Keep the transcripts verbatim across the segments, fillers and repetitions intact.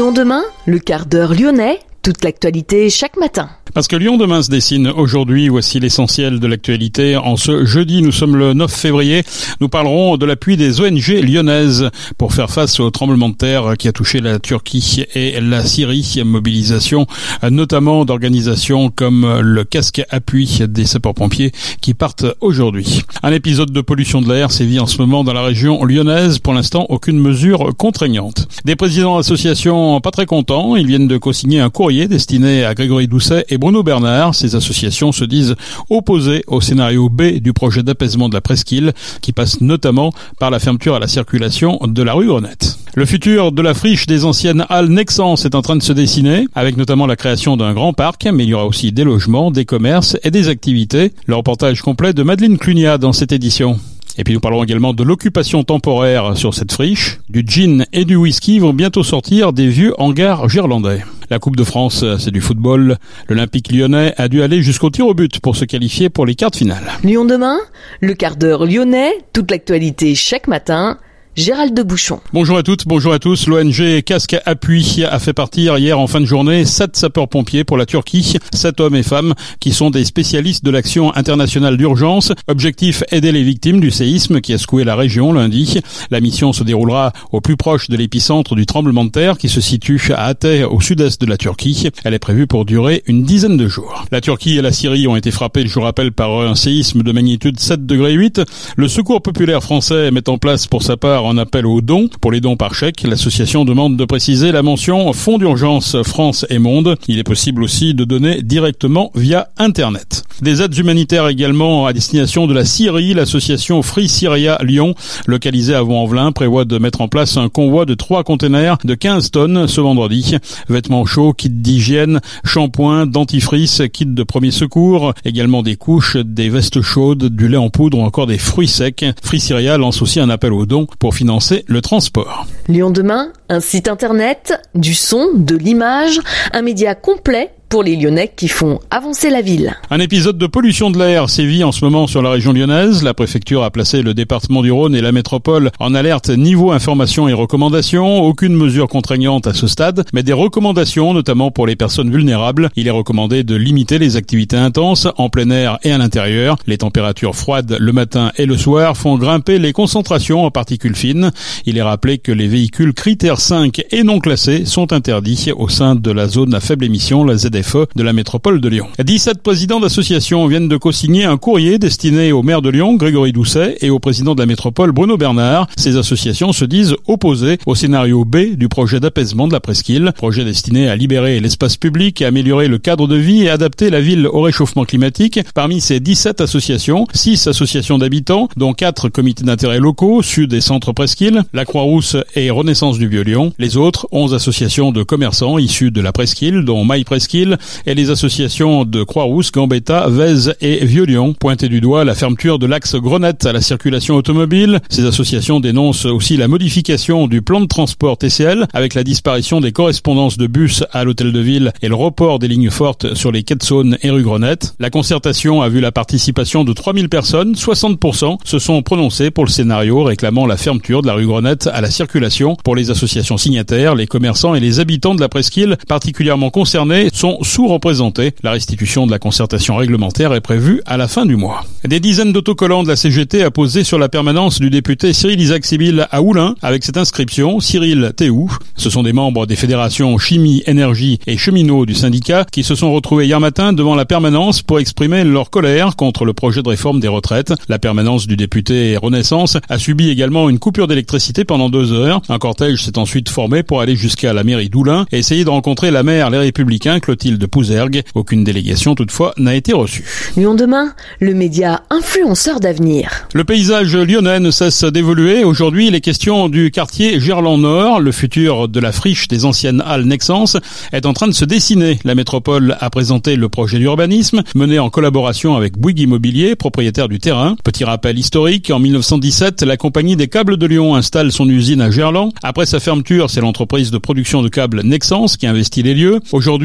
Lyon demain, le quart d'heure lyonnais, toute l'actualité chaque matin. Parce que Lyon demain se dessine aujourd'hui, voici l'essentiel de l'actualité. En ce jeudi, nous sommes le neuf février, nous parlerons de l'appui des O N G lyonnaises pour faire face au tremblement de terre qui a touché la Turquie et la Syrie. Mobilisation notamment d'organisations comme le casque appui des sapeurs-pompiers qui partent aujourd'hui. Un épisode de pollution de l'air sévit en ce moment dans la région lyonnaise. Pour l'instant, aucune mesure contraignante. Des présidents d'associations pas très contents, ils viennent de co-signer un courrier destiné à Grégory Doucet et Bruno Bernard. Ces associations se disent opposées au scénario B du projet d'apaisement de la presqu'île qui passe notamment par la fermeture à la circulation de la rue Grenette. Le futur de la friche des anciennes halles Nexans est en train de se dessiner, avec notamment la création d'un grand parc, mais il y aura aussi des logements, des commerces et des activités. Le reportage complet de Madeleine Clunia dans cette édition. Et puis nous parlerons également de l'occupation temporaire sur cette friche. Du gin et du whisky vont bientôt sortir des vieux hangars girlandais. La Coupe de France, c'est du football. L'Olympique lyonnais a dû aller jusqu'au tir au but pour se qualifier pour les quarts de finale. Lyon demain, le quart d'heure lyonnais, toute l'actualité chaque matin. Gérald de Bouchon. Bonjour à toutes, bonjour à tous. L'O N G Casque Appui a fait partir hier en fin de journée sept sapeurs-pompiers pour la Turquie, sept hommes et femmes qui sont des spécialistes de l'action internationale d'urgence. Objectif, aider les victimes du séisme qui a secoué la région lundi. La mission se déroulera au plus proche de l'épicentre du tremblement de terre qui se situe à Hatay au sud-est de la Turquie. Elle est prévue pour durer une dizaine de jours. La Turquie et la Syrie ont été frappées, je vous rappelle, par un séisme de magnitude sept degrés huit. Le Secours populaire français met en place pour sa part en appel aux dons. Pour les dons par chèque, l'association demande de préciser la mention Fonds d'urgence France et Monde. Il est possible aussi de donner directement via Internet. Des aides humanitaires également à destination de la Syrie. L'association Free Syria Lyon, localisée à Vaux-en-Velin, prévoit de mettre en place un convoi de trois containers de quinze tonnes ce vendredi. Vêtements chauds, kits d'hygiène, shampoing, dentifrice, kits de premier secours, également des couches, des vestes chaudes, du lait en poudre ou encore des fruits secs. Free Syria lance aussi un appel aux dons pour financer le transport. Lyon demain, un site internet, du son, de l'image, un média complet pour les Lyonnais qui font avancer la ville. Un épisode de pollution de l'air sévit en ce moment sur la région lyonnaise. La préfecture a placé le département du Rhône et la métropole en alerte niveau information et recommandations. Aucune mesure contraignante à ce stade, mais des recommandations, notamment pour les personnes vulnérables. Il est recommandé de limiter les activités intenses en plein air et à l'intérieur. Les températures froides le matin et le soir font grimper les concentrations en particules fines. Il est rappelé que les véhicules critère cinq et non classés sont interdits au sein de la zone à faible émission, la Z F E de la métropole de Lyon. dix-sept présidents d'associations viennent de co-signer un courrier destiné au maire de Lyon, Grégory Doucet, et au président de la métropole, Bruno Bernard. Ces associations se disent opposées au scénario B du projet d'apaisement de la presqu'île, projet destiné à libérer l'espace public, à améliorer le cadre de vie et adapter la ville au réchauffement climatique. Parmi ces dix-sept associations, six associations d'habitants, dont quatre comités d'intérêt locaux, Sud et Centre Presqu'île, la Croix-Rousse et Renaissance du Vieux-Lyon. Les autres, onze associations de commerçants issus de la presqu'île, dont Maille Presqu'île, et les associations de Croix-Rousse, Gambetta, Vèze et Vieux-Lyon. Pointé du doigt la fermeture de l'axe Grenette à la circulation automobile. Ces associations dénoncent aussi la modification du plan de transport T C L avec la disparition des correspondances de bus à l'hôtel de ville et le report des lignes fortes sur les quais de Saône et rue Grenette. La concertation a vu la participation de trois mille personnes. soixante pour cent se sont prononcés pour le scénario réclamant la fermeture de la rue Grenette à la circulation. Pour les associations signataires, les commerçants et les habitants de la presqu'île particulièrement concernés sont sous-représentés. La restitution de la concertation réglementaire est prévue à la fin du mois. Des dizaines d'autocollants de la C G T a posé sur la permanence du député Cyril Isaac-Sibyl à Oulin avec cette inscription Cyril, t'es où ? Ce sont des membres des fédérations Chimie, Énergie et Cheminots du syndicat qui se sont retrouvés hier matin devant la permanence pour exprimer leur colère contre le projet de réforme des retraites. La permanence du député Renaissance a subi également une coupure d'électricité pendant deux heures. Un cortège s'est ensuite formé pour aller jusqu'à la mairie d'Oulin et essayer de rencontrer la maire Les Républicains, Clotilde de Pouzergue. Aucune délégation toutefois n'a été reçue. Lyon demain, le média influenceur d'avenir. Le paysage lyonnais ne cesse d'évoluer. Aujourd'hui, les questions du quartier Gerland-Nord, le futur de la friche des anciennes halles Nexans, est en train de se dessiner. La métropole a présenté le projet d'urbanisme mené en collaboration avec Bouygues Immobilier, propriétaire du terrain. Petit rappel historique, en mille neuf cent dix-sept, la compagnie des câbles de Lyon installe son usine à Gerland. Après sa fermeture, c'est l'entreprise de production de câbles Nexans qui investit les lieux. Aujourd'hui, les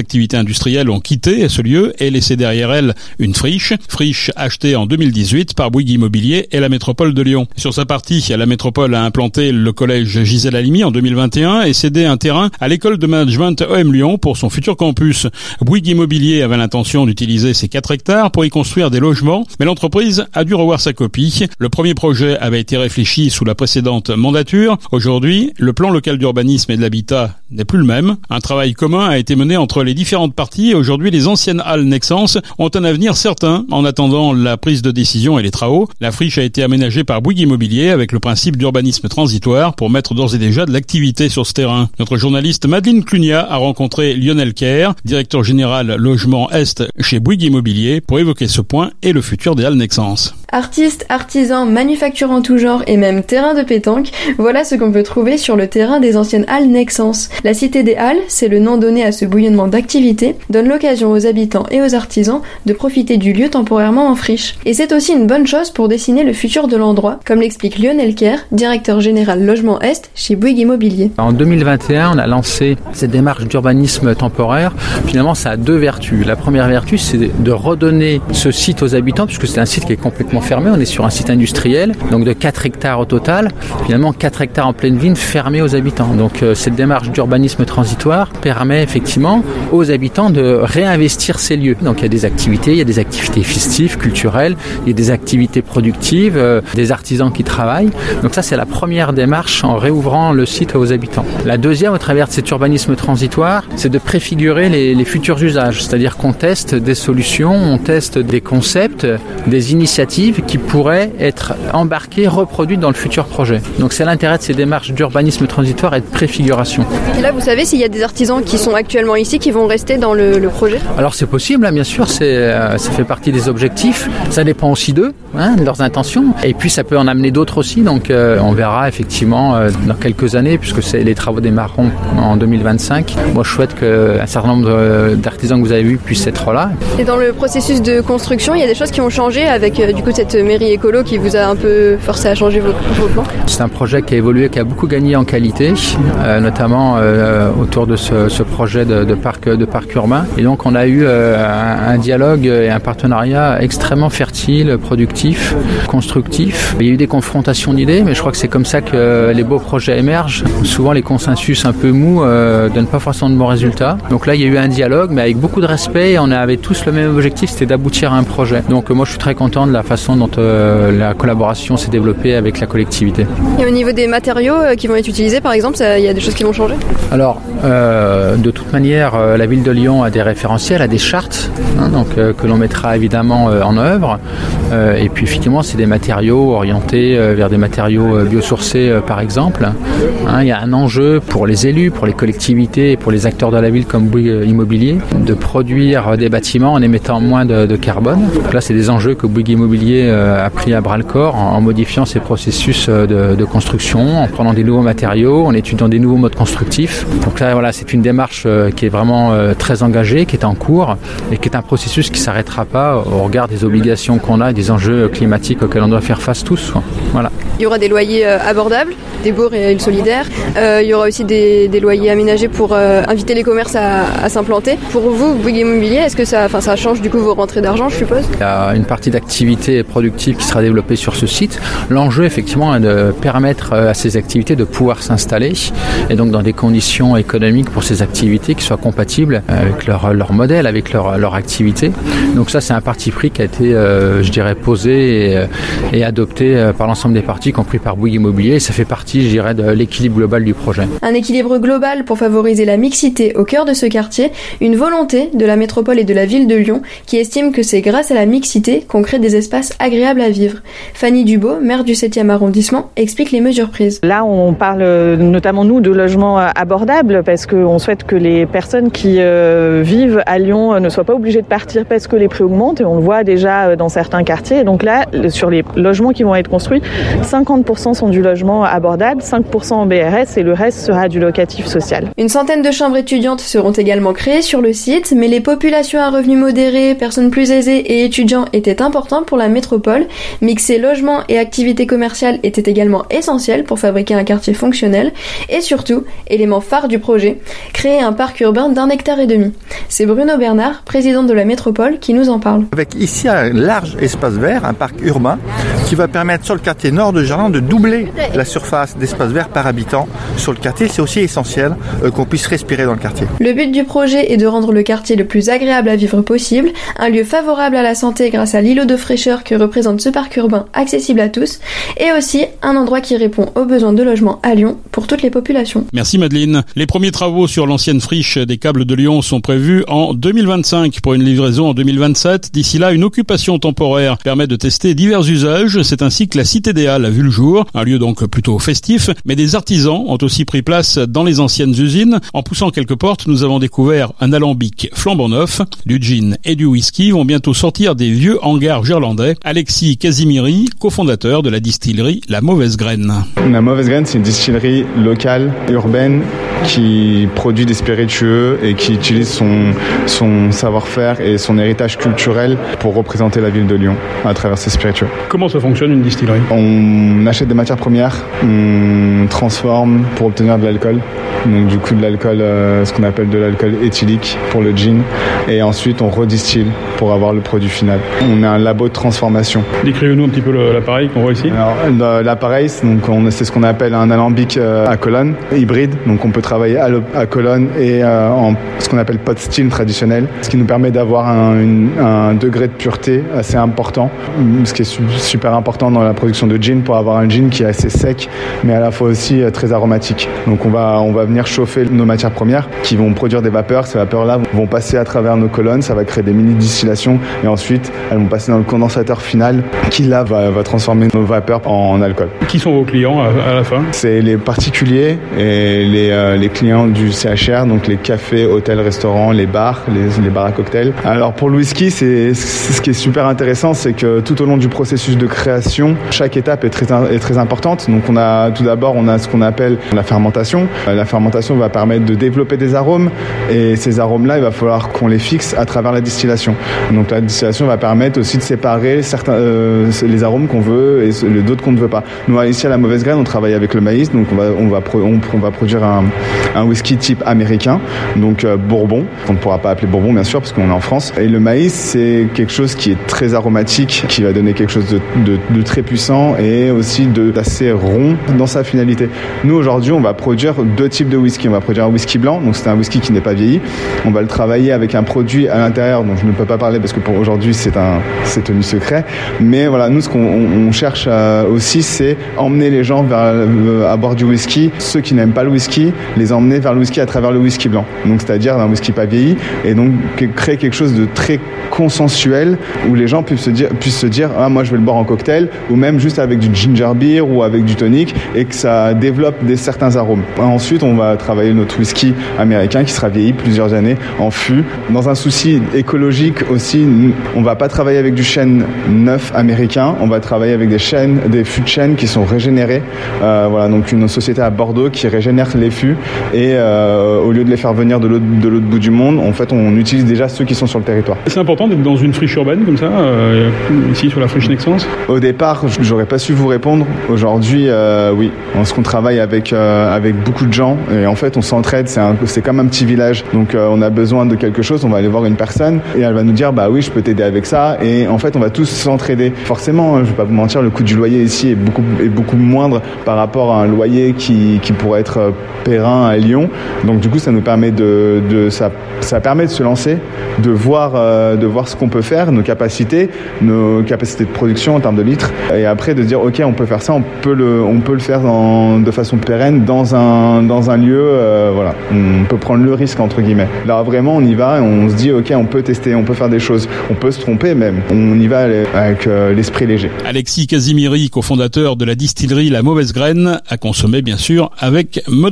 activités industrielles ont quitté ce lieu et laissé derrière elles une friche, friche achetée en deux mille dix-huit par Bouygues Immobilier et la métropole de Lyon. Sur sa partie, la métropole a implanté le collège Gisèle Halimi en deux mille vingt et un et cédé un terrain à l'école de management O M Lyon pour son futur campus. Bouygues Immobilier avait l'intention d'utiliser ces quatre hectares pour y construire des logements, mais l'entreprise a dû revoir sa copie. Le premier projet avait été réfléchi sous la précédente mandature. Aujourd'hui, le plan local d'urbanisme et de l'habitat n'est plus le même. Un travail commun a été mené entre les différentes parties et aujourd'hui les anciennes halles Nexence ont un avenir certain en attendant la prise de décision et les travaux. La friche a été aménagée par Bouygues Immobilier avec le principe d'urbanisme transitoire pour mettre d'ores et déjà de l'activité sur ce terrain. Notre journaliste Madeleine Clunia a rencontré Lionel Kerr, directeur général logement Est chez Bouygues Immobilier, pour évoquer ce point et le futur des halles Nexence. Artistes, artisans, manufactures en tout genre et même terrain de pétanque, voilà ce qu'on peut trouver sur le terrain des anciennes halles Nexence. La Cité des Halles, c'est le nom donné à ce bouillonnement d'activités, donne l'occasion aux habitants et aux artisans de profiter du lieu temporairement en friche. Et c'est aussi une bonne chose pour dessiner le futur de l'endroit, comme l'explique Lionel Kerr, directeur général logement Est chez Bouygues Immobilier. En deux mille vingt et un, on a lancé cette démarche d'urbanisme temporaire. Finalement, ça a deux vertus. La première vertu, c'est de redonner ce site aux habitants, puisque c'est un site qui est complètement fermé. On est sur un site industriel, donc de quatre hectares au total. Finalement, quatre hectares en pleine ville fermés aux habitants. Donc, euh, cette démarche d'urbanisme transitoire permet effectivement aux habitants de réinvestir ces lieux. Donc, il y a des activités, il y a des activités festives, culturelles, il y a des activités productives, euh, des artisans qui travaillent. Donc, ça, c'est la première démarche en réouvrant le site aux habitants. La deuxième, au travers de cet urbanisme transitoire, c'est de préfigurer les, les futurs usages. C'est-à-dire qu'on teste des solutions, on teste des concepts, des initiatives qui pourraient être embarquées, reproduites dans le futur projet. Donc c'est l'intérêt de ces démarches d'urbanisme transitoire et de préfiguration. Et là, vous savez s'il y a des artisans qui sont actuellement ici, qui vont rester dans le, le projet ? Alors c'est possible, hein, bien sûr, c'est, euh, ça fait partie des objectifs. Ça dépend aussi d'eux, hein, de leurs intentions. Et puis ça peut en amener d'autres aussi. Donc euh, on verra effectivement euh, dans quelques années, puisque c'est, les travaux démarreront en deux mille vingt-cinq. Moi je souhaite qu'un certain nombre de, d'artisans que vous avez vus puissent être là. Et dans le processus de construction, il y a des choses qui ont changé avec euh, du coup cette mairie écolo qui vous a un peu forcé à changer vos, vos plans ? C'est un projet qui a évolué, qui a beaucoup gagné en qualité, euh, notamment euh, autour de ce, ce projet de, de, parc, de parc urbain. Et donc on a eu euh, un, un dialogue et un partenariat extrêmement fertile, productif, constructif. Il y a eu des confrontations d'idées, mais je crois que c'est comme ça que les beaux projets émergent. Souvent les consensus un peu mous euh, donnent pas forcément de bons résultats. Donc là il y a eu un dialogue, mais avec beaucoup de respect, et on avait tous le même objectif, c'était d'aboutir à un projet. Donc euh, moi je suis très content de la façon dont euh, la collaboration s'est développée avec la collectivité. Et au niveau des matériaux euh, qui vont être utilisés, par exemple, il y a des choses qui vont changer ? Alors, euh, de toute manière, euh, la ville de Lyon a des référentiels, a des chartes, hein, donc euh, que l'on mettra évidemment euh, en œuvre. Euh, et puis effectivement, c'est des matériaux orientés euh, vers des matériaux euh, biosourcés, euh, par exemple. Hein, il y a un enjeu pour les élus, pour les collectivités et pour les acteurs de la ville comme Bouygues Immobilier de produire des bâtiments en émettant moins de, de carbone. Donc là, c'est des enjeux que Bouygues Immobilier euh, a pris à bras-le-corps en, en modifiant ses processus de, de construction, en prenant des nouveaux matériaux, en étudiant des nouveaux modes constructifs. Donc là, voilà, c'est une démarche euh, qui est vraiment euh, très engagée, qui est en cours et qui est un processus qui ne s'arrêtera pas au regard des obligations qu'on a et des enjeux climatiques auxquels on doit faire face tous. Quoi. Voilà. Il y aura des loyers euh, abordables, des beaux réels solidaires. Euh, il y aura aussi des, des loyers aménagés pour euh, inviter les commerces à, à s'implanter. Pour vous, Bouygues Immobilier, est-ce que ça, ça change du coup vos rentrées d'argent, je suppose ? Il y a une partie d'activité productive qui sera développée sur ce site. L'enjeu, effectivement, est de permettre à ces activités de pouvoir s'installer et donc dans des conditions économiques pour ces activités qui soient compatibles avec leur, leur modèle, avec leur, leur activité. Donc ça, c'est un parti pris qui a été, euh, je dirais, posé et, et adopté par l'ensemble des parties, y compris par Bouygues Immobilier. Et ça fait partie, je dirais, de l'équilibre global du projet. Un équilibre global pour favoriser la mixité au cœur de ce quartier, une volonté de la métropole et de la ville de Lyon qui estime que c'est grâce à la mixité qu'on crée des espaces agréables à vivre. Fanny Dubo, maire du septième arrondissement, explique les mesures prises. Là, on parle notamment, nous, de logements abordables parce qu'on souhaite que les personnes qui euh, vivent à Lyon ne soient pas obligées de partir parce que les prix augmentent et on le voit déjà dans certains quartiers. Et donc là, sur les logements qui vont être construits, cinquante pour cent sont du logement abordable abordable, cinq pour cent en B R S et le reste sera du locatif social. Une centaine de chambres étudiantes seront également créées sur le site, mais les populations à revenus modérés, personnes plus aisées et étudiants étaient importants pour la métropole. Mixer logement et activités commerciales était également essentiel pour fabriquer un quartier fonctionnel et surtout, élément phare du projet, créer un parc urbain d'un hectare et demi. C'est Bruno Bernard, président de la métropole, qui nous en parle. Avec ici un large espace vert, un parc urbain qui va permettre sur le quartier nord de Gerland de doubler la surface d'espace vert par habitant sur le quartier. C'est aussi essentiel euh, qu'on puisse respirer dans le quartier. Le but du projet est de rendre le quartier le plus agréable à vivre possible, un lieu favorable à la santé grâce à l'îlot de fraîcheur que représente ce parc urbain accessible à tous et aussi un endroit qui répond aux besoins de logement à Lyon pour toutes les populations. Merci Madeleine. Les premiers travaux sur l'ancienne friche des câbles de Lyon sont prévus en deux mille vingt-cinq pour une livraison en deux mille vingt-sept. D'ici là, une occupation temporaire permet de tester divers usages. C'est ainsi que la Cité des Halles a vu le jour, un lieu donc plutôt festif, mais des artisans ont aussi pris place dans les anciennes usines. En poussant quelques portes, nous avons découvert un alambic flambant neuf, du gin et du whisky vont bientôt sortir des vieux hangars gerlandais. Alexis Casimiri, cofondateur de la distillerie La Mauvaise Graine. La Mauvaise Graine, c'est une distillerie locale, urbaine, qui produit des spiritueux et qui utilise son, son savoir-faire et son héritage culturel pour représenter la ville de Lyon à travers ses spiritueux. Comment ça fonctionne une distillerie ? On achète des matières premières, on transforme pour obtenir de l'alcool. Donc du coup de l'alcool, euh, ce qu'on appelle de l'alcool éthylique pour le gin. Et ensuite on redistille pour avoir le produit final. On est un labo de transformation. Décrivez-nous un petit peu le, l'appareil qu'on voit ici. Alors, l'appareil, c'est, donc, on, c'est ce qu'on appelle un alambic euh, à colonne, hybride. Donc on peut travailler à, le, à colonne et euh, en ce qu'on appelle pot still traditionnel. Ce qui nous permet d'avoir un, une, un degré de pureté assez important. Ce qui est su, super important dans la production de gin pour avoir un gin qui est assez sec mais à la fois aussi euh, très aromatique. Donc on va, on va venir chauffer nos matières premières qui vont produire des vapeurs. Ces vapeurs-là vont passer à travers nos colonnes, ça va créer des mini-distillations et ensuite elles vont passer dans le condensateur final qui là va, va transformer nos vapeurs en, en alcool. Qui sont vos clients à, à la fin ? C'est les particuliers et les, euh, les clients du C H R, donc les cafés, hôtels, restaurants, les bars, les, les bars à cocktails. Alors pour le whisky, c'est, c'est ce qui est super intéressant, c'est que tout au long du processus de création, chaque étape est très, est très importante. Donc on a tout d'abord on a ce qu'on appelle la fermentation. La fermentation va permettre de développer des arômes et ces arômes-là, il va falloir qu'on les fixe à travers la distillation. Donc la distillation va permettre aussi de séparer certains euh, les arômes qu'on veut et les d'autres qu'on ne veut pas. Nous ici à La Mauvaise Graine, on travaille avec le maïs, donc on va on va pro, on, on va produire un, un whisky type américain, donc euh, Bourbon. On ne pourra pas appeler Bourbon bien sûr parce qu'on est en France. Et le maïs, c'est quelque chose qui est très aromatique, qui va donner quelque chose de, de, de très puissant et aussi de, d'assez rond dans sa finalité. Nous aujourd'hui, on va produire deux types de whisky. On va produire un whisky blanc, donc c'est un whisky qui n'est pas vieilli. On va le travailler avec un produit à l'intérieur dont je ne peux pas parler parce que pour aujourd'hui c'est un c'est tenu secret. Mais voilà, nous ce qu'on on, on cherche à, aussi, c'est emmener les gens vers euh, à boire du whisky. Ceux qui n'aiment pas le whisky, les emmener vers le whisky à travers le whisky blanc. Donc c'est-à-dire un whisky pas vieilli et donc créer quelque chose de très consensuel où les gens puissent se dire puissent se dire ah moi je vais le boire en cocktail ou même juste avec du ginger beer ou avec du tonic et que ça développe des certains arômes. Ensuite, on va travailler notre whisky américain qui sera vieilli plusieurs années en fût. Dans un souci écologique aussi, on va pas travailler avec du chêne neuf américain, on va travailler avec des chênes, des fûts de chêne qui sont régénérés. Euh, voilà, donc une société à Bordeaux qui régénère les fûts et euh, au lieu de les faire venir de l'autre, de l'autre bout du monde, en fait, on utilise déjà ceux qui sont sur le territoire. C'est important d'être dans une friche urbaine comme ça, euh, ici sur la friche Nexence ? Au départ, j'aurais pas su vous répondre. Aujourd'hui, euh, oui, parce qu'on travaille avec euh, avec beaucoup de gens et en fait, on s'entraide. C'est un, c'est comme un petit village. Donc, euh, on a besoin de quelque chose, on va aller voir une personne et elle va nous dire, bah oui, je peux t'aider avec ça. Et en fait, on va tous s'entraider. Forcément, je vais pas vous mentir, le coût du loyer ici est beaucoup est beaucoup moindre par rapport à un loyer qui qui pourrait être périn à Lyon. Donc, du coup, ça nous permet de de ça ça permet de se lancer, de voir euh, de voir ce qu'on peut faire, nos capacités, nos capacités de production en termes de litres, et après de dire ok, on peut faire ça, on peut le on peut le faire dans, de façon pérenne dans un dans un lieu, euh, voilà, on peut prendre le risque entre guillemets. Là vraiment, on y va et on se dit ok, on peut tester, on peut faire des choses, on peut se tromper même, on y va avec euh, l'esprit léger. Alexis Casimiri, cofondateur de la distillerie La Mauvaise Graine, à consommer bien sûr avec modération.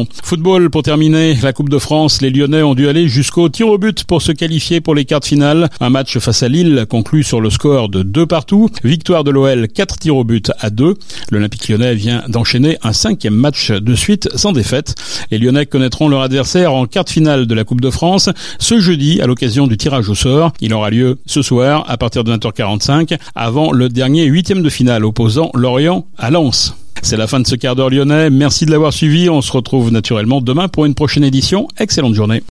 Football pour terminer, la Coupe de France, les Lyonnais ont dû aller jusqu'au tir au but pour se qualifier pour les quarts de finale. Un match face à Lille conclut sur le score de deux partout. Victoire de l'O L, quatre tirs au but à deux. L'Olympique Lyonnais vient d'enchaîner un cinquième match de suite sans défaite. Les Lyonnais connaîtront leur adversaire en quart de finale de la Coupe de France ce jeudi à l'occasion du tirage au sort. Il aura lieu ce soir à partir de vingt heures quarante-cinq avant le dernier huitième de finale opposant Lorient à Lens. C'est la fin de ce quart d'heure lyonnais. Merci de l'avoir suivi. On se retrouve naturellement demain pour une prochaine édition. Excellente journée.